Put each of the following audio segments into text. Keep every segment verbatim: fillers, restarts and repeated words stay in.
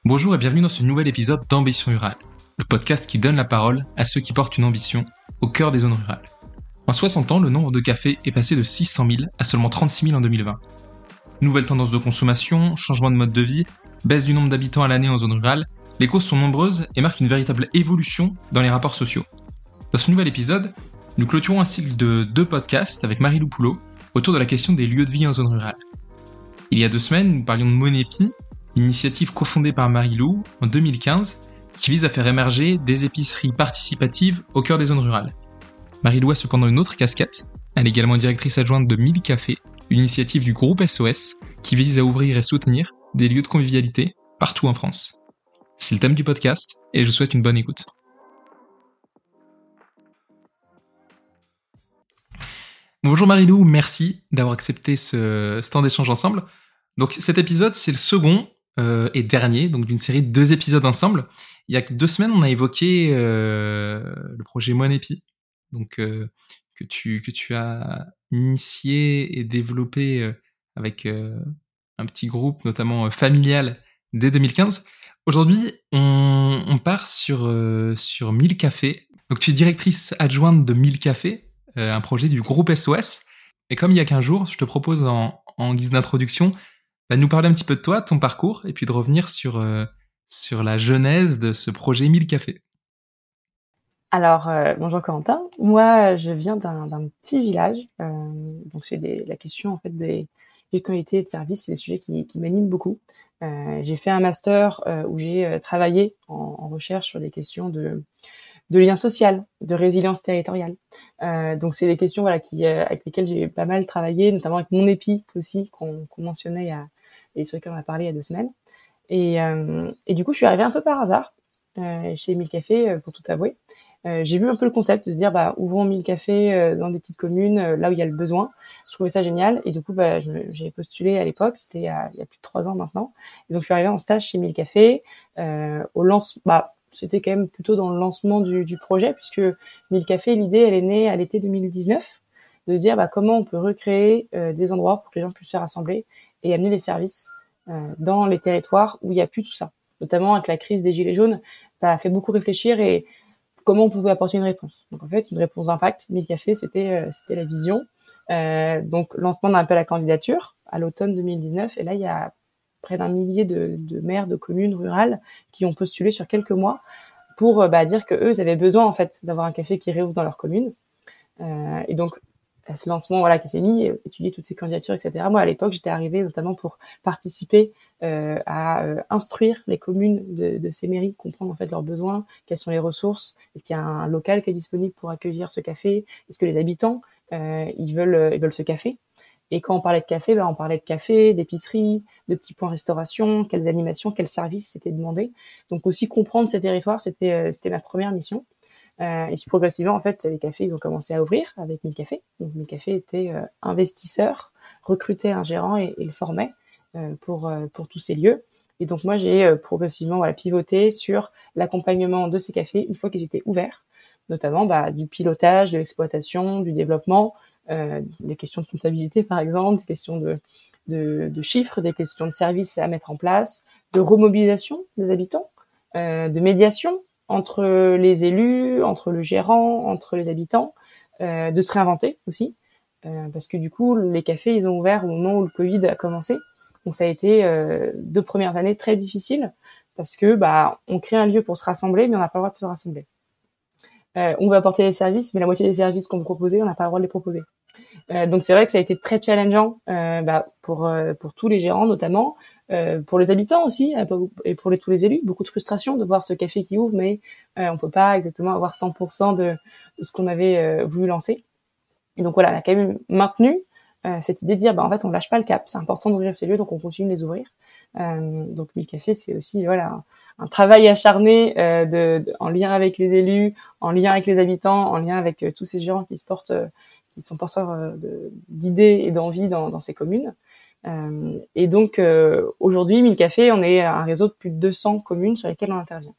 Bonjour et bienvenue dans ce nouvel épisode d'Ambition Rurale, le podcast qui donne la parole à ceux qui portent une ambition au cœur des zones rurales. En soixante ans, le nombre de cafés est passé de six cent mille à seulement trente-six mille en deux mille vingt. Nouvelles tendances de consommation, changement de mode de vie, baisse du nombre d'habitants à l'année en zone rurale, les causes sont nombreuses et marquent une véritable évolution dans les rapports sociaux. Dans ce nouvel épisode, nous clôturons un cycle de deux podcasts avec Marie-Lou Poulot autour de la question des lieux de vie en zone rurale. Il y a deux semaines, nous parlions de Monépi, une initiative cofondée par Marie-Lou en deux mille quinze qui vise à faire émerger des épiceries participatives au cœur des zones rurales. Marie-Lou a cependant une autre casquette, elle est également directrice adjointe de mille cafés, une initiative du groupe S O S qui vise à ouvrir et soutenir des lieux de convivialité partout en France. C'est le thème du podcast et je vous souhaite une bonne écoute. Bonjour Marie-Lou, merci d'avoir accepté ce, ce temps d'échange ensemble. Donc cet épisode, c'est le second euh, et dernier donc d'une série de deux épisodes ensemble. Il y a deux semaines, on a évoqué euh, le projet Monépi, donc euh, que tu que tu as initié et développé euh, avec euh, un petit groupe, notamment euh, familial, dès deux mille quinze. Aujourd'hui, on, on part sur euh, sur mille cafés. Donc tu es directrice adjointe de mille cafés. Euh, un projet du groupe S O S. Et comme il y a quinze jours, je te propose en, en guise d'introduction bah, de nous parler un petit peu de toi, de ton parcours, et puis de revenir sur, euh, sur la genèse de ce projet mille cafés. Alors, euh, bonjour Corentin. Moi, je viens d'un, d'un petit village. Euh, donc, c'est des, la question en fait des, des qualités et de services, c'est des sujets qui, qui m'animent beaucoup. Euh, j'ai fait un master euh, où j'ai euh, travaillé en, en recherche sur des questions de de lien social, de résilience territoriale. Euh, donc c'est des questions voilà qui euh, avec lesquelles j'ai pas mal travaillé, notamment avec mon épi aussi qu'on, qu'on mentionnait il y a, et sur lesquels on a parlé il y a deux semaines. Et, euh, et du coup, je suis arrivée un peu par hasard euh, chez mille cafés, euh, pour tout avouer. Euh, j'ai vu un peu le concept de se dire bah ouvrons mille cafés euh, dans des petites communes euh, là où il y a le besoin. Je trouvais ça génial et du coup bah je, j'ai postulé à l'époque, c'était il y a, il y a plus de trois ans maintenant. Et donc je suis arrivée en stage chez mille cafés euh, au lance bah c'était quand même plutôt dans le lancement du, du projet, puisque mille cafés, l'idée, elle est née à l'été deux mille dix-neuf, de se dire bah, comment on peut recréer euh, des endroits pour que les gens puissent se rassembler et amener des services euh, dans les territoires où il n'y a plus tout ça. Notamment avec la crise des Gilets jaunes, ça a fait beaucoup réfléchir et comment on pouvait apporter une réponse. Donc en fait, une réponse d'impact, mille cafés, c'était, euh, c'était la vision. Euh, donc lancement d'un appel à candidature à l'automne deux mille dix-neuf, et là, il y a près d'un millier de, de maires de communes rurales qui ont postulé sur quelques mois pour bah, dire que eux, ils avaient besoin en fait d'avoir un café qui réouvre dans leur commune. Euh, et donc, à ce lancement voilà qui s'est mis, étudier toutes ces candidatures, et cetera. Moi, à l'époque, j'étais arrivée notamment pour participer euh, à euh, instruire les communes de, de ces mairies, comprendre en fait leurs besoins, quelles sont les ressources, est-ce qu'il y a un local qui est disponible pour accueillir ce café, est-ce que les habitants euh, ils veulent ils veulent ce café. Et quand on parlait de café, ben on parlait de café, d'épicerie, de petits points restauration, quelles animations, quels services c'était demandé. Donc aussi comprendre ces territoires, c'était euh, c'était ma première mission. Euh, et puis progressivement, en fait, les cafés, ils ont commencé à ouvrir avec mille cafés. Donc mille cafés était euh, investisseur, recrutait un gérant et, et le formait euh, pour euh, pour tous ces lieux. Et donc moi, j'ai euh, progressivement voilà pivoté sur l'accompagnement de ces cafés une fois qu'ils étaient ouverts, notamment bah, du pilotage, de l'exploitation, du développement. Euh, des questions de comptabilité, par exemple, des questions de, de, de chiffres, des questions de services à mettre en place, de remobilisation des habitants, euh, de médiation entre les élus, entre le gérant, entre les habitants, euh, de se réinventer aussi, euh, parce que du coup, les cafés, ils ont ouvert au moment où le Covid a commencé. Donc ça a été euh, deux premières années très difficiles, parce que bah on crée un lieu pour se rassembler, mais on n'a pas le droit de se rassembler. Euh, on veut apporter des services, mais la moitié des services qu'on veut proposer, on n'a pas le droit de les proposer. Euh, donc c'est vrai que ça a été très challengeant euh, bah, pour euh, pour tous les gérants notamment, euh, pour les habitants aussi et pour les, tous les élus. Beaucoup de frustration de voir ce café qui ouvre, mais euh, on peut pas exactement avoir cent pour cent de, de ce qu'on avait euh, voulu lancer. Et donc voilà, on a quand même maintenu euh, cette idée de dire bah en fait on lâche pas le cap, c'est important d'ouvrir ces lieux, donc on continue de les ouvrir. Euh, donc mille cafés, c'est aussi voilà un, un travail acharné euh, de, de, en lien avec les élus, en lien avec les habitants, en lien avec euh, tous ces gérants qui se portent euh, qui sont porteurs euh, de, d'idées et d'envie dans, dans ces communes. Euh, et donc, euh, aujourd'hui, mille cafés, on est un réseau de plus de deux cents communes sur lesquelles on intervient.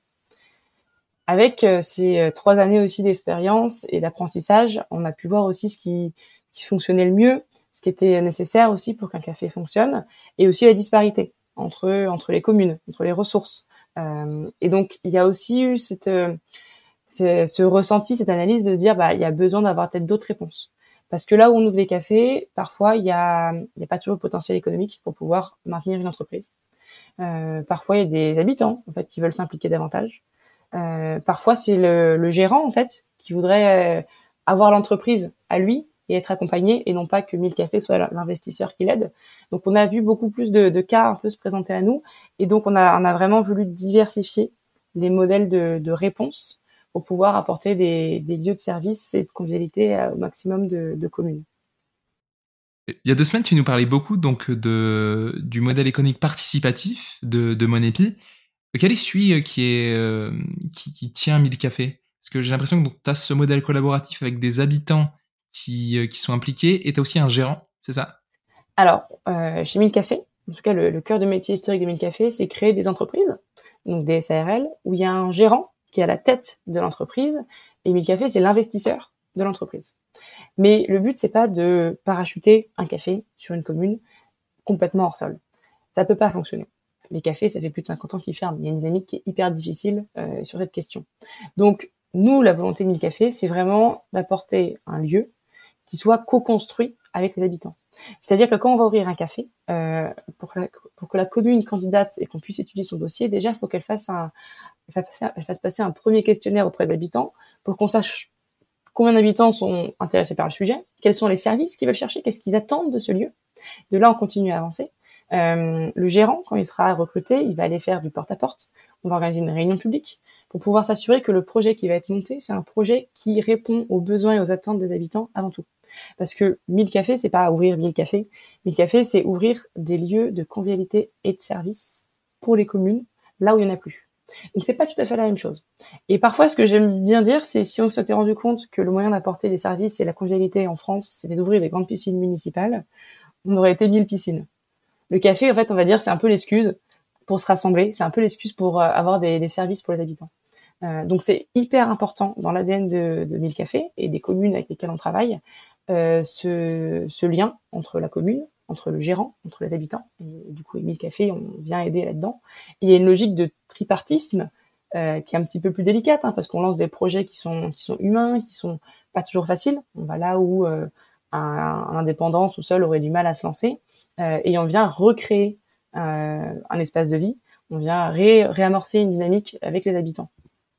Avec euh, ces euh, trois années aussi d'expérience et d'apprentissage, on a pu voir aussi ce qui, ce qui fonctionnait le mieux, ce qui était nécessaire aussi pour qu'un café fonctionne, et aussi la disparité entre, entre les communes, entre les ressources. Euh, et donc, il y a aussi eu cette, euh, ce, ce ressenti, cette analyse de se dire, bah, il y a besoin d'avoir peut-être d'autres réponses. Parce que là où on ouvre des cafés, parfois, il y a, il y a pas toujours le potentiel économique pour pouvoir maintenir une entreprise. Euh, parfois, il y a des habitants, en fait, qui veulent s'impliquer davantage. Euh, parfois, c'est le, le gérant, en fait, qui voudrait euh, avoir l'entreprise à lui et être accompagné, et non pas que mille cafés soit l'investisseur qui l'aide. Donc, on a vu beaucoup plus de, de cas un peu se présenter à nous, et donc on a, on a vraiment voulu diversifier les modèles de, de réponse pour pouvoir apporter des, des lieux de service et de convivialité au maximum de, de communes. Il y a deux semaines, tu nous parlais beaucoup donc de, du modèle économique participatif de, de Monepi. Quel est celui qui, est, euh, qui, qui tient mille cafés? Parce que j'ai l'impression que tu as ce modèle collaboratif avec des habitants qui, euh, qui sont impliqués et tu as aussi un gérant, c'est ça? Alors, euh, chez mille cafés, en tout cas le, le cœur de métier historique de mille cafés, c'est créer des entreprises, donc des S A R L, où il y a un gérant qui est à la tête de l'entreprise, et mille cafés, c'est l'investisseur de l'entreprise. Mais le but, c'est pas de parachuter un café sur une commune complètement hors sol. Ça peut pas fonctionner. Les cafés, ça fait plus de cinquante ans qu'ils ferment. Il y a une dynamique qui est hyper difficile euh, sur cette question. Donc, nous, la volonté de mille cafés, c'est vraiment d'apporter un lieu qui soit co-construit avec les habitants. C'est-à-dire que quand on va ouvrir un café, euh, pour, que la, pour que la commune candidate et qu'on puisse étudier son dossier, déjà, il faut qu'elle fasse, un, elle fasse, passer, elle fasse passer un premier questionnaire auprès des habitants pour qu'on sache combien d'habitants sont intéressés par le sujet, quels sont les services qu'ils veulent chercher, qu'est-ce qu'ils attendent de ce lieu. De là, on continue à avancer. Euh, le gérant, quand il sera recruté, il va aller faire du porte-à-porte. On va organiser une réunion publique pour pouvoir s'assurer que le projet qui va être monté, c'est un projet qui répond aux besoins et aux attentes des habitants avant tout. Parce que mille cafés, c'est pas ouvrir mille cafés. mille cafés, c'est ouvrir des lieux de convivialité et de service pour les communes, là où il n'y en a plus. Donc c'est pas tout à fait la même chose. Et parfois, ce que j'aime bien dire, c'est si on s'était rendu compte que le moyen d'apporter des services et la convivialité en France, c'était d'ouvrir des grandes piscines municipales, on aurait été mille piscines. Le café, en fait, on va dire, c'est un peu l'excuse pour se rassembler, c'est un peu l'excuse pour avoir des, des services pour les habitants. Euh, donc c'est hyper important dans l'A D N de, de mille cafés et des communes avec lesquelles on travaille, euh, ce, ce lien entre la commune, entre le gérant, entre les habitants. Et du coup, mille cafés, on vient aider là-dedans. Et il y a une logique de tripartisme euh, qui est un petit peu plus délicate, hein, parce qu'on lance des projets qui sont qui sont humains, qui sont pas toujours faciles. On va là où euh, un, un indépendant tout seul aurait du mal à se lancer, euh, et on vient recréer euh, un espace de vie. On vient ré, réamorcer une dynamique avec les habitants.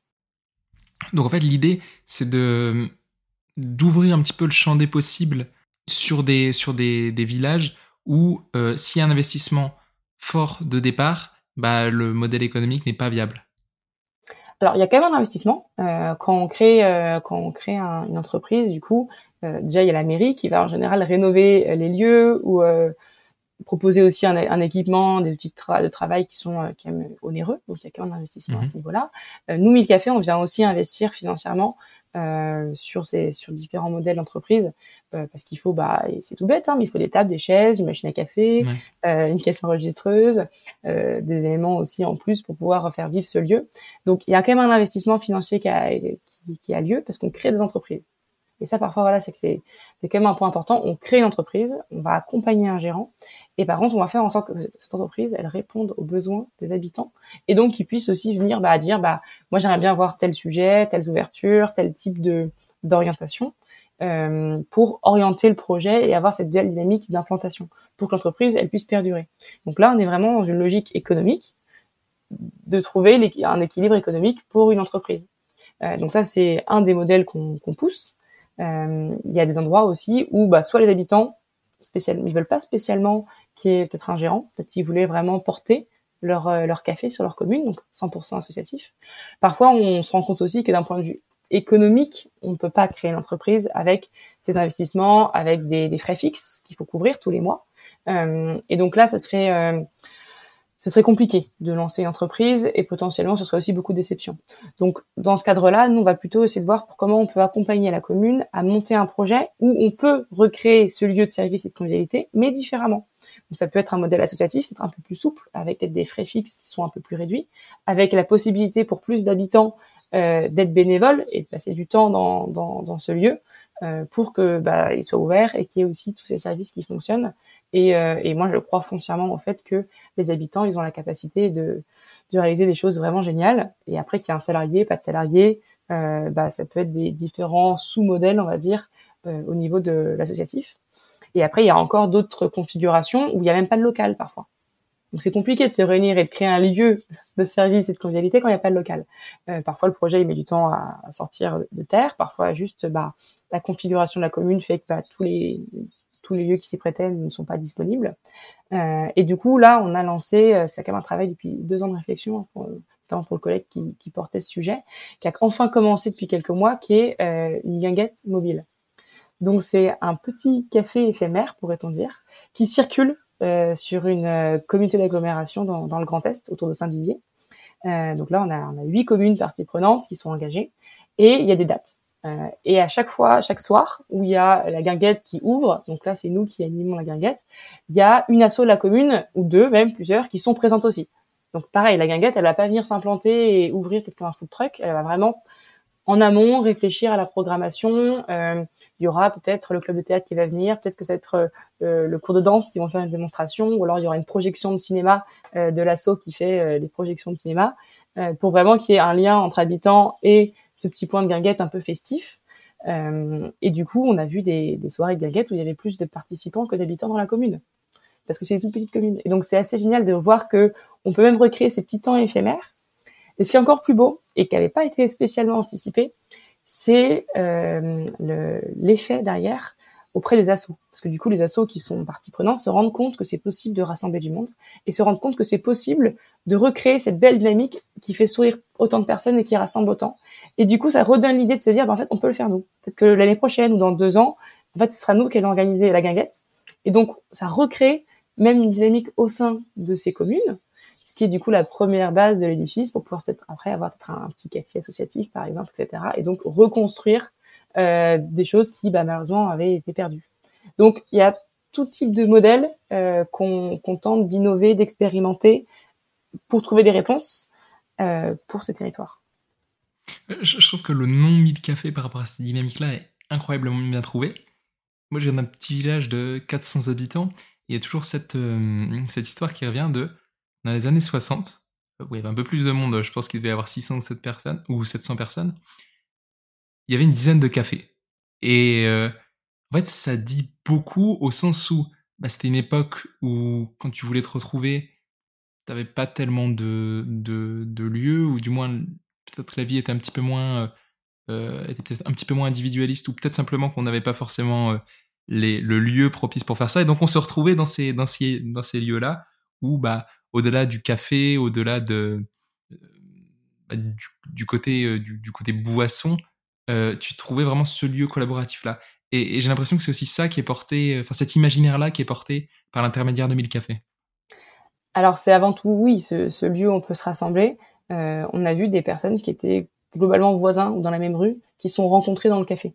Donc en fait, l'idée, c'est de d'ouvrir un petit peu le champ des possibles sur des, sur des, des villages où euh, s'il y a un investissement fort de départ, bah, le modèle économique n'est pas viable. Alors, il y a quand même un investissement. Euh, quand on crée, euh, quand on crée un, une entreprise, du coup, euh, déjà, il y a la mairie qui va en général rénover les lieux ou euh, proposer aussi un, un équipement, des outils de, tra- de travail qui sont euh, quand même onéreux. Donc, il y a quand même un investissement mmh. à ce niveau-là. Euh, nous, mille cafés, on vient aussi investir financièrement euh, sur ces, sur différents modèles d'entreprise, euh, parce qu'il faut, bah, c'est tout bête, hein, mais il faut des tables, des chaises, une machine à café, ouais. euh, une caisse enregistreuse, euh, des éléments aussi en plus pour pouvoir faire vivre ce lieu. Donc, il y a quand même un investissement financier qui a, qui, qui a lieu parce qu'on crée des entreprises. Et ça, parfois, voilà, c'est que c'est, c'est quand même un point important. On crée une entreprise, on va accompagner un gérant, et par contre, on va faire en sorte que cette entreprise, elle réponde aux besoins des habitants, et donc qu'ils puissent aussi venir bah, dire, bah, moi, j'aimerais bien voir tel sujet, telle ouverture, tel type de d'orientation, euh, pour orienter le projet et avoir cette dynamique d'implantation, pour que l'entreprise, elle puisse perdurer. Donc là, on est vraiment dans une logique économique de trouver un équilibre économique pour une entreprise. Euh, donc ça, c'est un des modèles qu'on, qu'on pousse. Euh, il y a des endroits aussi où bah, soit les habitants spécialement, ils veulent pas spécialement qu'il y ait peut-être un gérant, peut-être qu'ils voulaient vraiment porter leur, euh, leur café sur leur commune, donc cent pour cent associatif. Parfois, on se rend compte aussi que d'un point de vue économique, on ne peut pas créer une entreprise avec ces investissements, avec des, des frais fixes qu'il faut couvrir tous les mois. Euh, et donc là, ce serait... Euh, ce serait compliqué de lancer une entreprise et potentiellement ce serait aussi beaucoup de déception. Donc dans ce cadre-là, nous on va plutôt essayer de voir pour comment on peut accompagner la commune à monter un projet où on peut recréer ce lieu de service et de convivialité, mais différemment. Donc ça peut être un modèle associatif, c'est un peu plus souple, avec peut-être des frais fixes qui sont un peu plus réduits, avec la possibilité pour plus d'habitants euh, d'être bénévoles et de passer du temps dans, dans, dans ce lieu euh, pour que bah, il soit ouvert et qu'il y ait aussi tous ces services qui fonctionnent. Et, euh, et moi, je crois foncièrement au fait que les habitants, ils ont la capacité de, de réaliser des choses vraiment géniales. Et après, qu'il y a un salarié, pas de salarié, euh, bah, ça peut être des différents sous-modèles, on va dire, euh, au niveau de l'associatif. Et après, il y a encore d'autres configurations où il n'y a même pas de local parfois. Donc c'est compliqué de se réunir et de créer un lieu de service et de convivialité quand il n'y a pas de local. Euh, parfois le projet il met du temps à, à sortir de terre, parfois juste bah la configuration de la commune fait que bah, tous les tous les lieux qui s'y prêtaient ne sont pas disponibles. Euh, et du coup là on a lancé, euh, c'est quand même un travail depuis deux ans de réflexion, pour, notamment pour le collègue qui, qui portait ce sujet, qui a enfin commencé depuis quelques mois, qui est euh, une guinguette mobile. Donc c'est un petit café éphémère, pourrait-on dire, qui circule euh, sur une euh, communauté d'agglomération dans, dans le Grand Est, autour de Saint-Dizier. Euh, donc là, on a, on a huit communes parties prenantes qui sont engagées, et il y a des dates. Euh, et à chaque fois, chaque soir, où il y a la guinguette qui ouvre, donc là, c'est nous qui animons la guinguette, il y a une asso de la commune, ou deux, même plusieurs, qui sont présentes aussi. Donc pareil, la guinguette, elle va pas venir s'implanter et ouvrir peut-être comme un food truck, elle va vraiment en amont réfléchir à la programmation. Euh, il y aura peut-être le club de théâtre qui va venir, peut-être que ça va être euh, le cours de danse qui vont faire une démonstration, ou alors il y aura une projection de cinéma euh, de l'asso qui fait euh, les projections de cinéma, euh, pour vraiment qu'il y ait un lien entre habitants et ce petit point de guinguette un peu festif. Euh, et du coup, on a vu des, des soirées de guinguette où il y avait plus de participants que d'habitants dans la commune, parce que c'est une toute petite commune. Et donc c'est assez génial de voir que on peut même recréer ces petits temps éphémères. Et ce qui est encore plus beau, et qui n'avait pas été spécialement anticipé, c'est euh, le, l'effet derrière auprès des assos. Parce que du coup, les assos qui sont partie prenante se rendent compte que c'est possible de rassembler du monde, et se rendent compte que c'est possible de recréer cette belle dynamique qui fait sourire autant de personnes et qui rassemble autant. Et du coup, ça redonne l'idée de se dire, bah, en fait, on peut le faire nous. Peut-être que l'année prochaine ou dans deux ans, en fait, ce sera nous qui allons organiser la guinguette. Et donc, ça recrée même une dynamique au sein de ces communes, ce qui est du coup la première base de l'édifice pour pouvoir peut-être après avoir peut-être un petit café associatif par exemple, et cetera. Et donc reconstruire euh, des choses qui bah, malheureusement avaient été perdues. Donc il y a tout type de modèles euh, qu'on, qu'on tente d'innover, d'expérimenter pour trouver des réponses euh, pour ces territoires. Je, je trouve que le nom Mille Cafés par rapport à cette dynamique-là est incroyablement bien trouvé. Moi, je viens d'un petit village de quatre cents habitants. Il y a toujours cette, euh, cette histoire qui revient de, dans les années soixante, où il y avait un peu plus de monde, je pense qu'il devait y avoir six cents ou sept personnes, ou sept cents personnes, il y avait une dizaine de cafés. Et euh, en fait, ça dit beaucoup au sens où bah, c'était une époque où, quand tu voulais te retrouver, t'avais pas tellement de, de, de lieux, ou du moins, peut-être la vie était un petit peu moins... Euh, était peut-être un petit peu moins individualiste, ou peut-être simplement qu'on n'avait pas forcément euh, les, le lieu propice pour faire ça, et donc on se retrouvait dans ces, dans ces, dans ces lieux-là où, bah, au-delà du café, au-delà de, euh, bah, du, du, côté, euh, du, du côté boisson, euh, tu trouvais vraiment ce lieu collaboratif-là. Et, et j'ai l'impression que c'est aussi ça qui est porté, enfin cet imaginaire-là qui est porté par l'intermédiaire de Mille Cafés. Alors c'est avant tout, oui, ce, ce lieu où on peut se rassembler. Euh, on a vu des personnes qui étaient globalement voisins ou dans la même rue, qui sont rencontrés dans le café.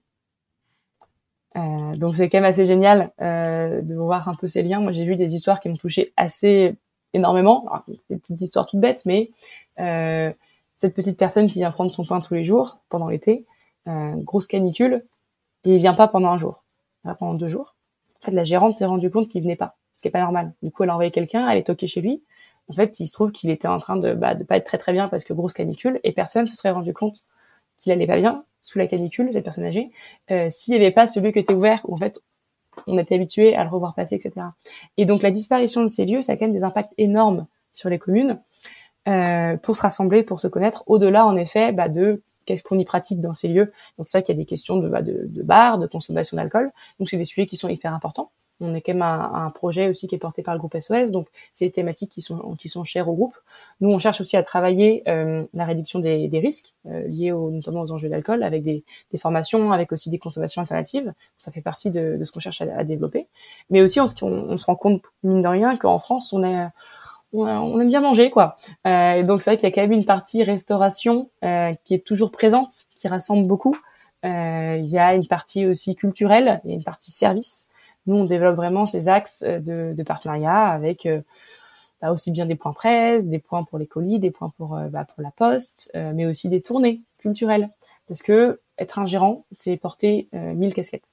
Euh, donc c'est quand même assez génial euh, de voir un peu ces liens. Moi j'ai vu des histoires qui m'ont touchée assez énormément. Alors, des petites histoires toutes bêtes, mais euh, cette petite personne qui vient prendre son pain tous les jours pendant l'été, euh, grosse canicule, et il vient pas pendant un jour, il vient pendant deux jours. En fait, la gérante s'est rendue compte qu'il venait pas, ce qui est pas normal. Du coup, elle a envoyé quelqu'un, elle est toquée chez lui. En fait, il se trouve qu'il était en train de bah, de pas être très très bien parce que grosse canicule, et personne se serait rendu compte qu'il allait pas bien sous la canicule, cette personne âgée, euh, s'il y avait pas ce lieu qui était ouvert, où en fait on était habitué à le revoir passer, et cetera. Et donc la disparition de ces lieux, ça a quand même des impacts énormes sur les communes euh, pour se rassembler, pour se connaître, au-delà en effet bah, de qu'est-ce qu'on y pratique dans ces lieux. Donc c'est vrai qu'il y a des questions de, bah, de, de bar, de consommation d'alcool, donc c'est des sujets qui sont hyper importants. On est quand même un, un projet aussi qui est porté par le groupe S O S, donc c'est des thématiques qui sont qui sont chères au groupe. Nous, on cherche aussi à travailler euh, la réduction des, des risques euh, liés au, notamment aux enjeux d'alcool, avec des, des formations, avec aussi des consommations alternatives. Ça fait partie de, de ce qu'on cherche à, à développer. Mais aussi, on, on, on se rend compte mine de rien qu'en France, on est on, on aime bien manger, quoi. Euh, et donc c'est vrai qu'il y a quand même une partie restauration euh, qui est toujours présente, qui rassemble beaucoup. Euh, il y a une partie aussi culturelle, il y a une partie service. Nous, on développe vraiment ces axes de, de partenariat avec euh, bah, aussi bien des points presse, des points pour les colis, des points pour euh, bah, pour la poste, euh, mais aussi des tournées culturelles. Parce que être un gérant, c'est porter euh, mille casquettes.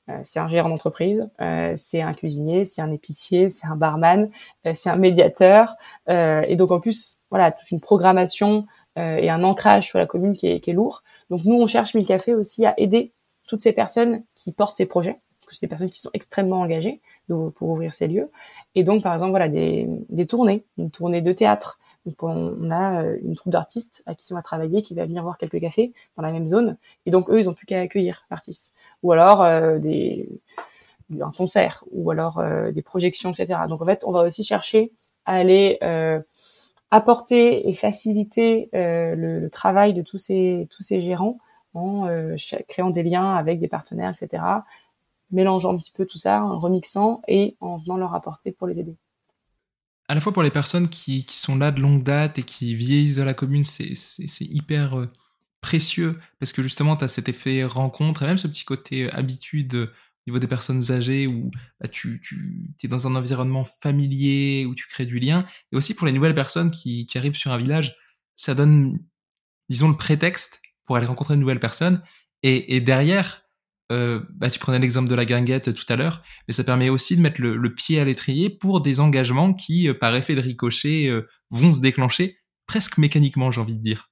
Euh, c'est un gérant d'entreprise, euh, c'est un cuisinier, c'est un épicier, c'est un barman, euh, c'est un médiateur. Euh, et donc en plus, voilà, toute une programmation euh, et un ancrage sur la commune qui est, qui est lourd. Donc nous, on cherche mille Cafés aussi à aider toutes ces personnes qui portent ces projets, parce que c'est des personnes qui sont extrêmement engagées pour ouvrir ces lieux. Et donc, par exemple, voilà, des, des tournées, une tournée de théâtre. Donc, on a une troupe d'artistes à qui on va travailler, qui va venir voir quelques cafés dans la même zone. Et donc, eux, ils ont plus qu'à accueillir l'artiste. Ou alors, euh, des, un concert, ou alors euh, des projections, et cetera. Donc, en fait, on va aussi chercher à aller euh, apporter et faciliter euh, le, le travail de tous ces, tous ces gérants en euh, créant des liens avec des partenaires, et cetera, mélangeant un petit peu tout ça, en remixant et en venant leur apporter pour les aider. À la fois pour les personnes qui, qui sont là de longue date et qui vieillissent dans la commune, c'est, c'est, c'est hyper euh, précieux parce que justement, tu as cet effet rencontre et même ce petit côté euh, habitude euh, au niveau des personnes âgées où bah, tu, tu es dans un environnement familier, où tu crées du lien. Et aussi pour les nouvelles personnes qui, qui arrivent sur un village, ça donne, disons, le prétexte pour aller rencontrer une nouvelle personne. Et, et derrière, euh, bah, tu prenais l'exemple de la guinguette tout à l'heure, mais ça permet aussi de mettre le, le pied à l'étrier pour des engagements qui, euh, par effet de ricochet, euh, vont se déclencher presque mécaniquement, j'ai envie de dire.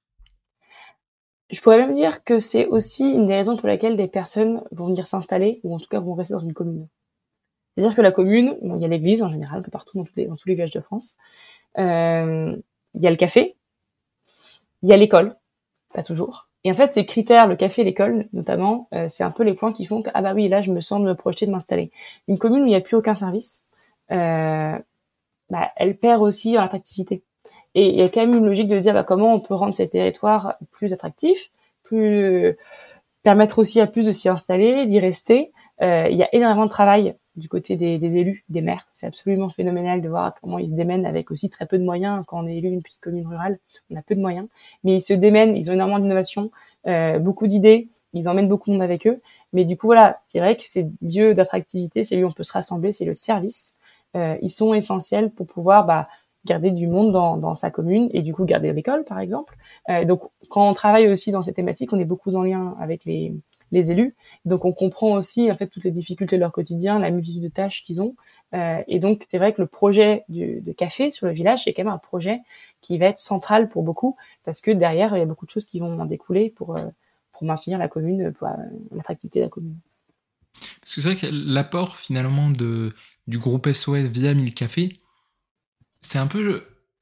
Je pourrais même dire que c'est aussi une des raisons pour lesquelles des personnes vont venir s'installer, ou en tout cas vont rester dans une commune. C'est-à-dire que la commune, bon, il y a l'église en général, un peu partout dans tous les, dans tous les villages de France. Euh, il y a le café, il y a l'école, pas toujours. Et en fait, ces critères, le café et l'école, notamment, euh, c'est un peu les points qui font que, ah bah oui, là, je me sens de me projeter de m'installer. Une commune où il n'y a plus aucun service, euh, bah, elle perd aussi en attractivité. Et il y a quand même une logique de dire bah, comment on peut rendre ces territoires plus attractifs, plus permettre aussi à plus de s'y installer, d'y rester. Euh, il y a énormément de travail du côté des, des élus, des maires. C'est absolument phénoménal de voir comment ils se démènent avec aussi très peu de moyens. Quand on est élu d'une petite commune rurale, on a peu de moyens, mais ils se démènent, ils ont énormément d'innovation, euh, beaucoup d'idées, ils emmènent beaucoup de monde avec eux. Mais du coup, voilà, c'est vrai que ces lieux d'attractivité, ces lieux où on peut se rassembler, ces lieux de service, euh, ils sont essentiels pour pouvoir bah, garder du monde dans, dans sa commune et du coup garder l'école, par exemple. Euh, donc, quand on travaille aussi dans ces thématiques, on est beaucoup en lien avec les, les élus. Donc, on comprend aussi en fait toutes les difficultés de leur quotidien, la multitude de tâches qu'ils ont. Euh, et donc, c'est vrai que le projet du, de café sur le village, c'est quand même un projet qui va être central pour beaucoup parce que derrière, il y a beaucoup de choses qui vont en découler pour, euh, pour maintenir la commune, pour euh, l'attractivité de la commune. Parce que c'est vrai que l'apport finalement de, du groupe S O S via mille Cafés, c'est un peu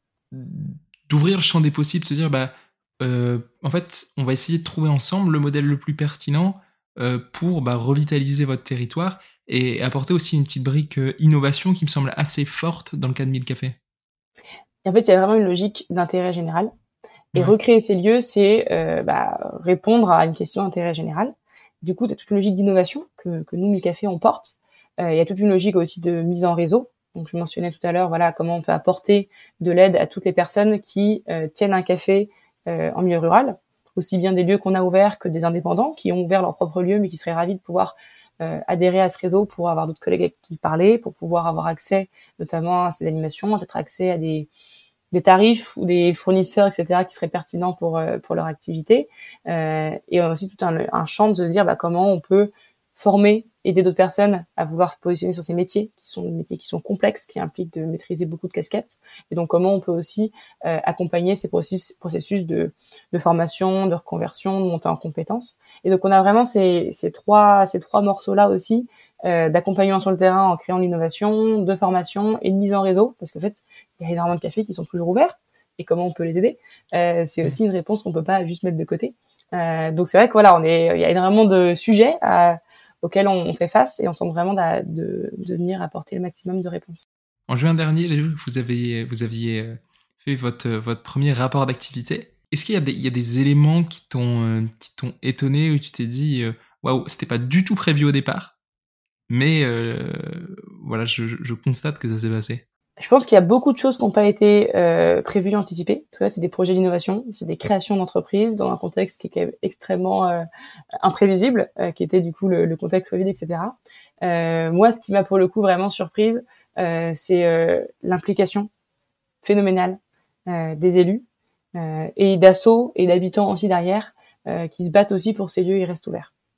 d'ouvrir le champ des possibles, se dire bah euh, en fait on va essayer de trouver ensemble le modèle le plus pertinent euh, pour bah, revitaliser votre territoire et apporter aussi une petite brique euh, innovation qui me semble assez forte dans le cas de mille Cafés. Et en fait, il y a vraiment une logique d'intérêt général. Et Ouais. recréer ces lieux, c'est euh, bah, répondre à une question d'intérêt général. Du coup, c'est toute une logique d'innovation que, que nous, mille Cafés, on porte. Euh, il y a toute une logique aussi de mise en réseau. Donc, je mentionnais tout à l'heure, voilà, comment on peut apporter de l'aide à toutes les personnes qui euh, tiennent un café euh, en milieu rural, aussi bien des lieux qu'on a ouverts que des indépendants qui ont ouvert leur propre lieu, mais qui seraient ravis de pouvoir euh, adhérer à ce réseau pour avoir d'autres collègues avec qui parler, pour pouvoir avoir accès notamment à ces animations, peut-être accès à des des tarifs ou des fournisseurs, et cetera, qui seraient pertinents pour euh, pour leur activité. Euh, et aussi tout un, un champ de se dire bah, comment on peut former, aider d'autres personnes à vouloir se positionner sur ces métiers, qui sont des métiers qui sont complexes, qui impliquent de maîtriser beaucoup de casquettes. Et donc comment on peut aussi euh, accompagner ces processus, processus de, de formation, de reconversion, de montée en compétences. Et donc on a vraiment ces, ces trois ces trois morceaux-là aussi, euh, d'accompagnement sur le terrain en créant l'innovation, de formation et de mise en réseau, parce qu'en fait, il y a énormément de cafés qui sont toujours ouverts, et comment on peut les aider. Euh, c'est aussi une réponse qu'on peut pas juste mettre de côté. Euh, donc c'est vrai que voilà, on est, il y a énormément de sujets à, auxquels on, on fait face, et on tente vraiment de, de, de venir apporter le maximum de réponses. En juin dernier, j'ai vu que vous, avez, vous aviez fait votre, votre premier rapport d'activité. Est-ce qu'il y a des, il y a des éléments qui t'ont, qui t'ont étonné, où tu t'es dit waouh, c'était pas du tout prévu au départ, mais euh, voilà, je, je constate que ça s'est passé. Je pense qu'il y a beaucoup de choses qui n'ont pas été euh, prévues, anticipées. Parce que là, c'est des projets d'innovation, c'est des créations d'entreprises dans un contexte qui est quand même extrêmement euh, imprévisible, euh, qui était du coup le, le contexte Covid, et cetera. Euh, moi, ce qui m'a pour le coup vraiment surprise, euh, c'est euh, l'implication phénoménale euh, des élus euh, et d'assauts et d'habitants aussi derrière, euh, qui se battent aussi pour ces lieux, ils restent ouverts.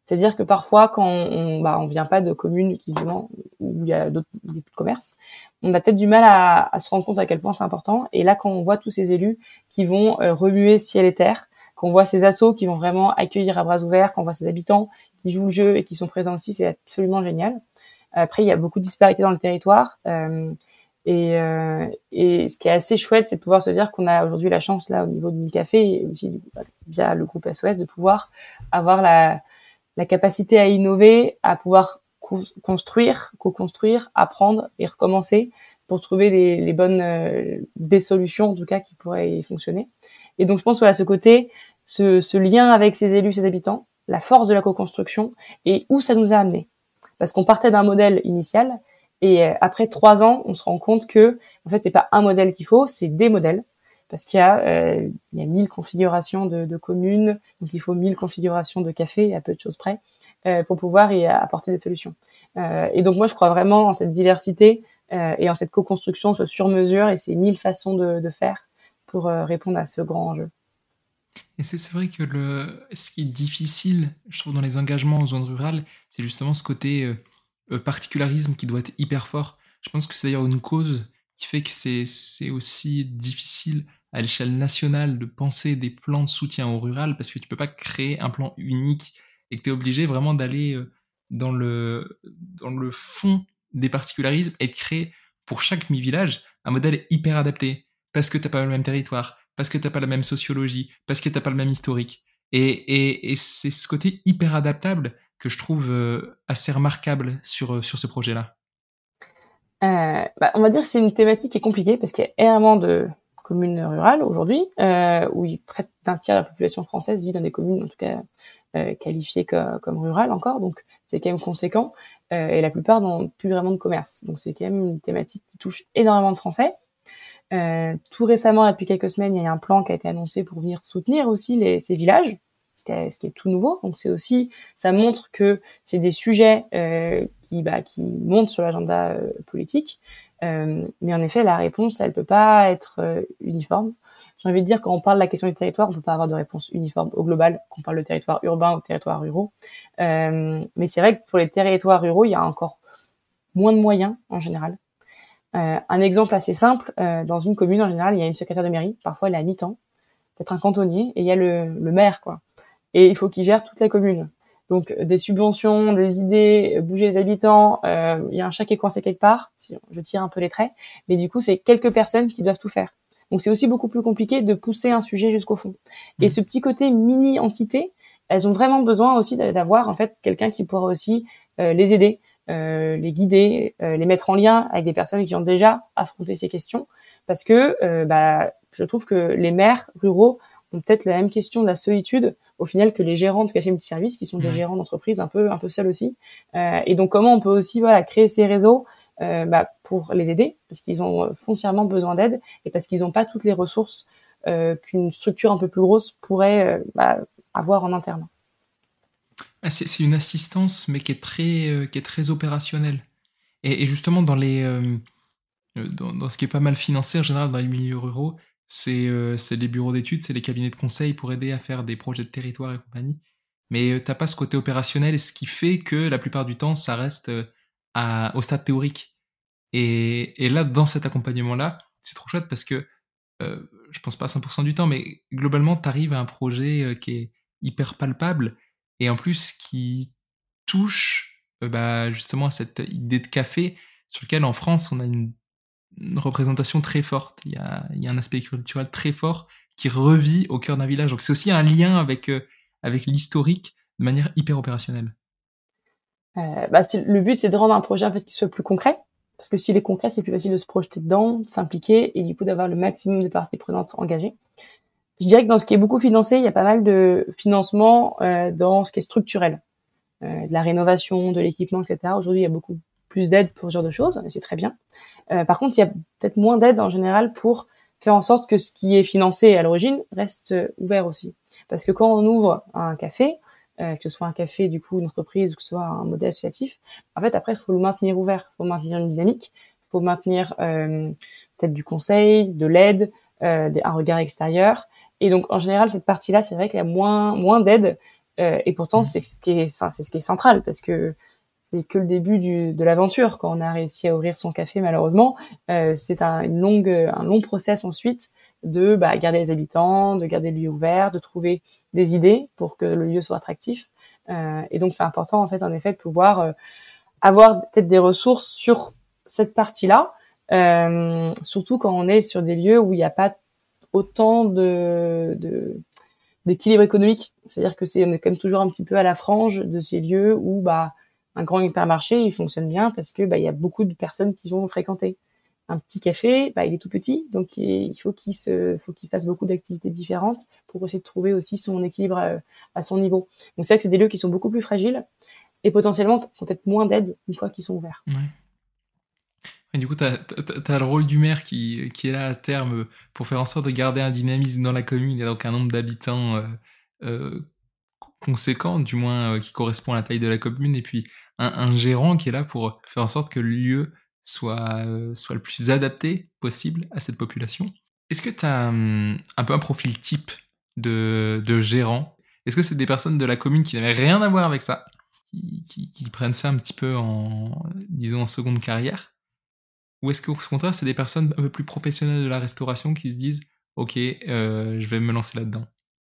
C'est-à-dire que parfois, quand on, bah, on vient pas de communes qui, justement, où il y a d'autres des commerces, on a peut-être du mal à, à se rendre compte à quel point c'est important. Et là, quand on voit tous ces élus qui vont euh, remuer ciel et terre, qu'on voit ces assos qui vont vraiment accueillir à bras ouverts, qu'on voit ces habitants qui jouent le jeu et qui sont présents aussi, c'est absolument génial. Après, il y a beaucoup de disparités dans le territoire. Euh, et, euh, et ce qui est assez chouette, c'est de pouvoir se dire qu'on a aujourd'hui la chance, là, au niveau du café, et aussi via le groupe S O S, de pouvoir avoir la la capacité à innover, à pouvoir co- construire, co-construire, apprendre et recommencer pour trouver les, les bonnes euh, des solutions en tout cas qui pourraient y fonctionner. Et donc je pense voilà ce côté, ce, ce lien avec ces élus, ces habitants, la force de la co-construction et où ça nous a amené. Parce qu'on partait d'un modèle initial et euh, après trois ans, on se rend compte que en fait c'est pas un modèle qu'il faut, c'est des modèles. Parce qu'il y a euh, il y a mille configurations de, de communes, donc il faut mille configurations de café, à peu de choses près, euh, pour pouvoir y apporter des solutions. Euh, et donc moi, je crois vraiment en cette diversité euh, et en cette co-construction, ce sur-mesure et ces mille façons de, de faire pour euh, répondre à ce grand enjeu. Et c'est c'est vrai que le, ce qui est difficile, je trouve, dans les engagements en zone rurale, c'est justement ce côté euh, euh, particularisme qui doit être hyper fort. Je pense que c'est d'ailleurs une cause qui fait que c'est c'est aussi difficile à l'échelle nationale de penser des plans de soutien au rural parce que tu peux pas créer un plan unique et que tu es obligé vraiment d'aller euh, dans le, dans le fond des particularismes et de créer pour chaque mi-village un modèle hyper adapté parce que t'as pas le même territoire, parce que t'as pas la même sociologie, parce que t'as pas le même historique. Et, et, et c'est ce côté hyper adaptable que je trouve euh, assez remarquable sur, euh, sur ce projet-là. Euh, bah, on va dire que c'est une thématique qui est compliquée parce qu'il y a énormément de communes rurales aujourd'hui euh, où près d'un tiers de la population française vit dans des communes en tout cas euh, qualifiées comme, comme rurales encore, donc c'est quand même conséquent euh, et la plupart n'ont plus vraiment de commerce, donc c'est quand même une thématique qui touche énormément de Français. Euh, tout récemment, là, depuis quelques semaines, il y a un plan qui a été annoncé pour venir soutenir aussi les, ces villages, ce qui, est, ce qui est tout nouveau. Donc c'est aussi, ça montre que c'est des sujets euh, qui, bah, qui montent sur l'agenda euh, politique. Euh, mais en effet, la réponse, elle peut pas être euh, uniforme. J'ai envie de dire, quand on parle de la question du territoire, on peut pas avoir de réponse uniforme au global, qu'on parle de territoire urbain ou territoire ruraux. Euh, mais c'est vrai que pour les territoires ruraux, il y a encore moins de moyens en général. Euh, un exemple assez simple, euh, dans une commune, en général, il y a une secrétaire de mairie, parfois elle est à mi-temps, peut-être un cantonnier, et il y a le, le maire, quoi. Et il faut qu'il gère toute la commune. Donc, des subventions, des idées, bouger les habitants, euh, il y a un chat qui est coincé quelque part, si je tire un peu les traits, mais du coup, c'est quelques personnes qui doivent tout faire. Donc, c'est aussi beaucoup plus compliqué de pousser un sujet jusqu'au fond. Mmh. Et ce petit côté mini-entité, elles ont vraiment besoin aussi d'avoir, en fait, quelqu'un qui pourra aussi euh, les aider, Euh, les guider, euh, les mettre en lien avec des personnes qui ont déjà affronté ces questions, parce que euh, bah, je trouve que les maires ruraux ont peut-être la même question de la solitude au final que les gérants de café multiservices qui sont des gérants d'entreprise un peu un peu seuls aussi. Euh, et donc comment on peut aussi voilà créer ces réseaux euh, bah, pour les aider parce qu'ils ont foncièrement besoin d'aide et parce qu'ils n'ont pas toutes les ressources euh, qu'une structure un peu plus grosse pourrait euh, bah, avoir en interne. Ah, c'est, c'est une assistance, mais qui est très, euh, qui est très opérationnelle. Et, et justement, dans, les, euh, dans, dans ce qui est pas mal financé en général dans les milieux ruraux, c'est, euh, c'est les bureaux d'études, c'est les cabinets de conseil pour aider à faire des projets de territoire et compagnie. Mais euh, t'as pas ce côté opérationnel, et ce qui fait que la plupart du temps, ça reste euh, à, au stade théorique. Et, et là, dans cet accompagnement-là, c'est trop chouette parce que euh, je pense pas à cent pour cent du temps, mais globalement, tu arrives à un projet euh, qui est hyper palpable et en plus qui touche euh, bah, justement à cette idée de café sur lequel en France on a une, une représentation très forte. Il y, a, il y a un aspect culturel très fort qui revit au cœur d'un village. Donc c'est aussi un lien avec, euh, avec l'historique de manière hyper opérationnelle. Euh, bah, le but, c'est de rendre un projet en fait qui soit plus concret. Parce que s'il est concret, c'est plus facile de se projeter dedans, de s'impliquer et du coup d'avoir le maximum de parties prenantes engagées. Je dirais que dans ce qui est beaucoup financé, il y a pas mal de financement euh, dans ce qui est structurel, euh, de la rénovation, de l'équipement, et cetera. Aujourd'hui, il y a beaucoup plus d'aide pour ce genre de choses, et c'est très bien. Euh, par contre, il y a peut-être moins d'aide en général pour faire en sorte que ce qui est financé à l'origine reste ouvert aussi. Parce que quand on ouvre un café, euh, que ce soit un café, du coup, une entreprise, ou que ce soit un modèle associatif, en fait, après, il faut le maintenir ouvert, il faut maintenir une dynamique, il faut maintenir euh, peut-être du conseil, de l'aide, euh, un regard extérieur. Et donc, en général, cette partie-là, c'est vrai qu'il y a moins, moins d'aide Euh, et pourtant, c'est ce qui est, c'est ce qui est central, parce que c'est que le début du, de l'aventure. Quand on a réussi à ouvrir son café, malheureusement, euh, c'est un, une longue, un long process ensuite de bah, garder les habitants, de garder le lieu ouvert, de trouver des idées pour que le lieu soit attractif. Euh, et donc, c'est important, en fait, en effet, de pouvoir euh, avoir peut-être des ressources sur cette partie-là, euh, surtout quand on est sur des lieux où il n'y a pas autant de, de d'équilibre économique. C'est-à-dire que c'est, on est quand même toujours un petit peu à la frange de ces lieux où bah un grand hypermarché, il fonctionne bien parce que bah il y a beaucoup de personnes qui vont fréquenter. Un petit café, bah il est tout petit, donc il faut qu'il se, faut qu'il fasse beaucoup d'activités différentes pour essayer de trouver aussi son équilibre à, à son niveau. Donc c'est vrai que c'est des lieux qui sont beaucoup plus fragiles et potentiellement ont peut-être moins d'aide une fois qu'ils sont ouverts. Ouais. Et du coup, tu as le rôle du maire qui, qui est là à terme pour faire en sorte de garder un dynamisme dans la commune et donc un nombre d'habitants euh, euh, conséquent, du moins euh, qui correspond à la taille de la commune, et puis un, un gérant qui est là pour faire en sorte que le lieu soit, euh, soit le plus adapté possible à cette population. Est-ce que tu as hum, un peu un profil type de, de gérant? Est-ce que c'est des personnes de la commune qui n'avaient rien à voir avec ça, qui, qui, qui prennent ça un petit peu en, disons, en seconde carrière? Ou est-ce qu'au contraire, c'est des personnes un peu plus professionnelles de la restauration qui se disent « Ok, euh, je vais me lancer là-dedans ».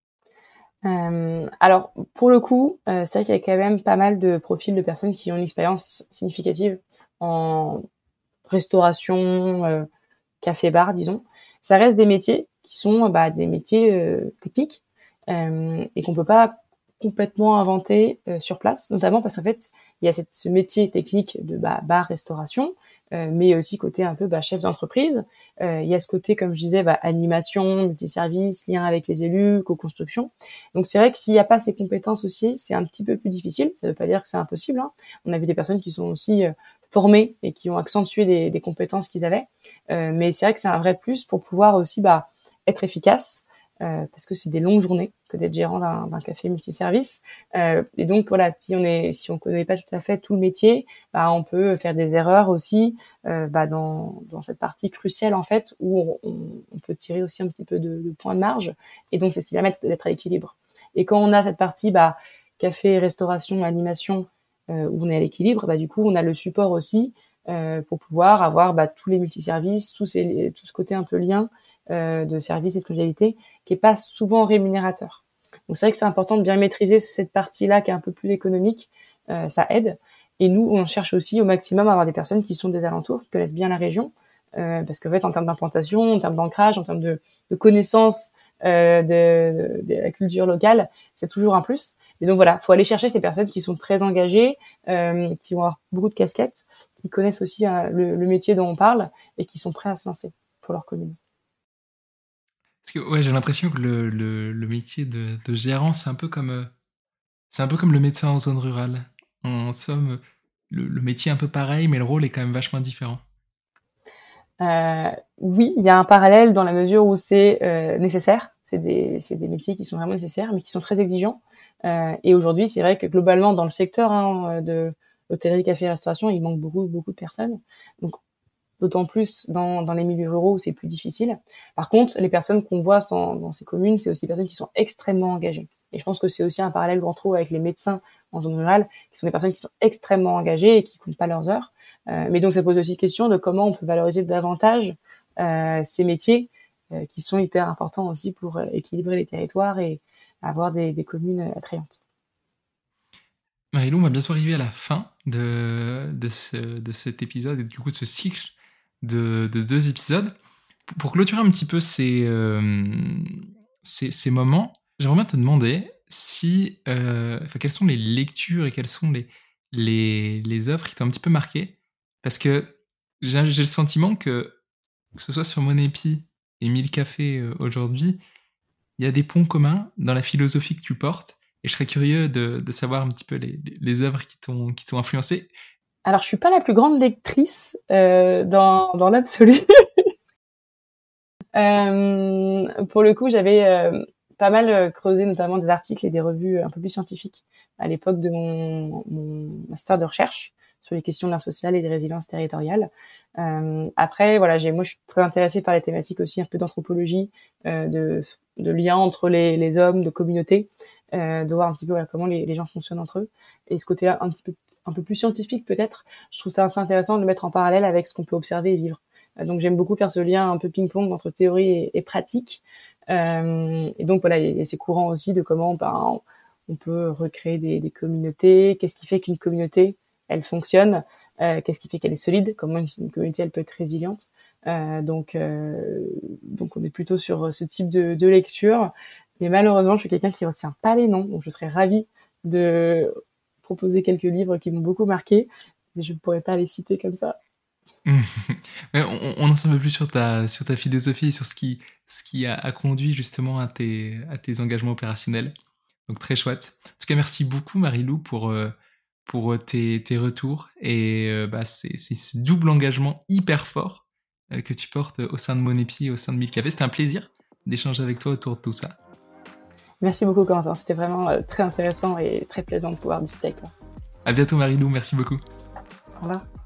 Euh, alors, pour le coup, euh, c'est vrai qu'il y a quand même pas mal de profils de personnes qui ont une expérience significative en restauration, euh, café-bar, disons. Ça reste des métiers qui sont bah, des métiers euh, techniques euh, et qu'on peut pas complètement inventer euh, sur place, notamment parce qu'en fait, il y a cette, ce métier technique de bah, bar-restauration, euh, mais aussi côté un peu bah, chef d'entreprise. Euh, il y a ce côté, comme je disais, bah, animation, multiservice, lien avec les élus, co-construction. Donc c'est vrai que s'il n'y a pas ces compétences aussi, c'est un petit peu plus difficile. Ça ne veut pas dire que c'est impossible, hein. On a vu des personnes qui sont aussi euh, formées et qui ont accentué des, des compétences qu'ils avaient. Euh, mais c'est vrai que c'est un vrai plus pour pouvoir aussi bah, être efficace, euh, parce que c'est des longues journées que d'être gérant d'un, d'un café multiservice. Euh, et donc voilà, si on est, si on connaît pas tout à fait tout le métier, bah, on peut faire des erreurs aussi euh, bah, dans, dans cette partie cruciale en fait où on, on peut tirer aussi un petit peu de, de points de marge. Et donc c'est ce qui va permettre d'être à l'équilibre. Et quand on a cette partie bah, café, restauration, animation euh, où on est à l'équilibre, bah, du coup on a le support aussi. Euh, pour pouvoir avoir bah, tous les multiservices, tous ces, tout ce côté un peu lien euh, de service et de convivialité qui est pas souvent rémunérateur. Donc c'est vrai que c'est important de bien maîtriser cette partie-là qui est un peu plus économique, euh, ça aide. Et nous, on cherche aussi au maximum à avoir des personnes qui sont des alentours, qui connaissent bien la région, euh, parce qu'en fait, en termes d'implantation, en termes d'ancrage, en termes de, de connaissance euh, de, de la culture locale, c'est toujours un plus. Et donc voilà, faut aller chercher ces personnes qui sont très engagées, euh, qui vont avoir beaucoup de casquettes, qui connaissent aussi euh, le, le métier dont on parle et qui sont prêts à se lancer pour leur commune. Parce que ouais, j'ai l'impression que le, le, le métier de, de gérant, c'est un peu comme euh, c'est un peu comme le médecin en zone rurale. En somme, le, le métier est un peu pareil, mais le rôle est quand même vachement différent. Euh, oui, il y a un parallèle dans la mesure où c'est euh, nécessaire. C'est des, c'est des métiers qui sont vraiment nécessaires, mais qui sont très exigeants. Euh, et aujourd'hui, c'est vrai que globalement, dans le secteur hein, de l'hôtellerie, café, restauration, il manque beaucoup, beaucoup de personnes. Donc, d'autant plus dans, dans les milieux ruraux où c'est plus difficile. Par contre, les personnes qu'on voit dans, dans ces communes, c'est aussi des personnes qui sont extrêmement engagées. Et je pense que c'est aussi un parallèle qu'on retrouve avec les médecins en zone rurale, qui sont des personnes qui sont extrêmement engagées et qui comptent pas leurs heures. Euh, mais donc, ça pose aussi question de comment on peut valoriser davantage euh, ces métiers euh, qui sont hyper importants aussi pour euh, équilibrer les territoires et avoir des, des communes attrayantes. Marilou, on va bientôt arriver à la fin de, de, ce, de cet épisode et du coup de ce cycle de, de deux épisodes. Pour, pour clôturer un petit peu ces, euh, ces, ces moments, j'aimerais bien te demander si, euh, enfin, quelles sont les lectures et quelles sont les, les, les œuvres qui t'ont un petit peu marqué. Parce que j'ai, j'ai le sentiment que, que ce soit sur Mon Épi et Mille Cafés euh, aujourd'hui, il y a des ponts communs dans la philosophie que tu portes. Et je serais curieux de, de savoir un petit peu les, les, les œuvres qui t'ont, qui t'ont influencé. Alors, je suis pas la plus grande lectrice euh, dans, dans l'absolu. euh, pour le coup, j'avais euh, pas mal creusé notamment des articles et des revues un peu plus scientifiques à l'époque de mon, mon master de recherche. sur les questions de l'art social et des résiliences territoriales. Euh, après, voilà, j'ai, moi, je suis très intéressée par les thématiques aussi un peu d'anthropologie, euh, de, de liens entre les, les hommes, de communautés, euh, de voir un petit peu voilà, comment les, les gens fonctionnent entre eux. Et ce côté-là, un petit peu, un peu plus scientifique peut-être, je trouve ça assez intéressant de le mettre en parallèle avec ce qu'on peut observer et vivre. Euh, donc, j'aime beaucoup faire ce lien un peu ping-pong entre théorie et, et pratique. Euh, et donc, voilà, et, et c'est courant aussi de comment ben, on peut recréer des, des communautés, qu'est-ce qui fait qu'une communauté, elle fonctionne, euh, qu'est-ce qui fait qu'elle est solide, comment une, une communauté, elle peut être résiliente. Euh, donc, euh, donc, on est plutôt sur ce type de, de lecture. Mais malheureusement, je suis quelqu'un qui ne retient pas les noms, donc je serais ravie de proposer quelques livres qui m'ont beaucoup marqué, mais je ne pourrais pas les citer comme ça. Mais on, on en sait un peu plus sur ta, sur ta philosophie et sur ce qui, ce qui a, a conduit justement à tes, à tes engagements opérationnels. Donc très chouette. En tout cas, merci beaucoup Marie-Lou pour, euh, pour tes, tes retours et euh, bah, c'est, c'est ce double engagement hyper fort euh, que tu portes au sein de Mon Épi et au sein de Mille Cafés. C'était un plaisir d'échanger avec toi autour de tout ça. Merci beaucoup Corentin, c'était vraiment euh, très intéressant et très plaisant de pouvoir discuter avec toi. À bientôt Marie-Lou, merci beaucoup. Au revoir.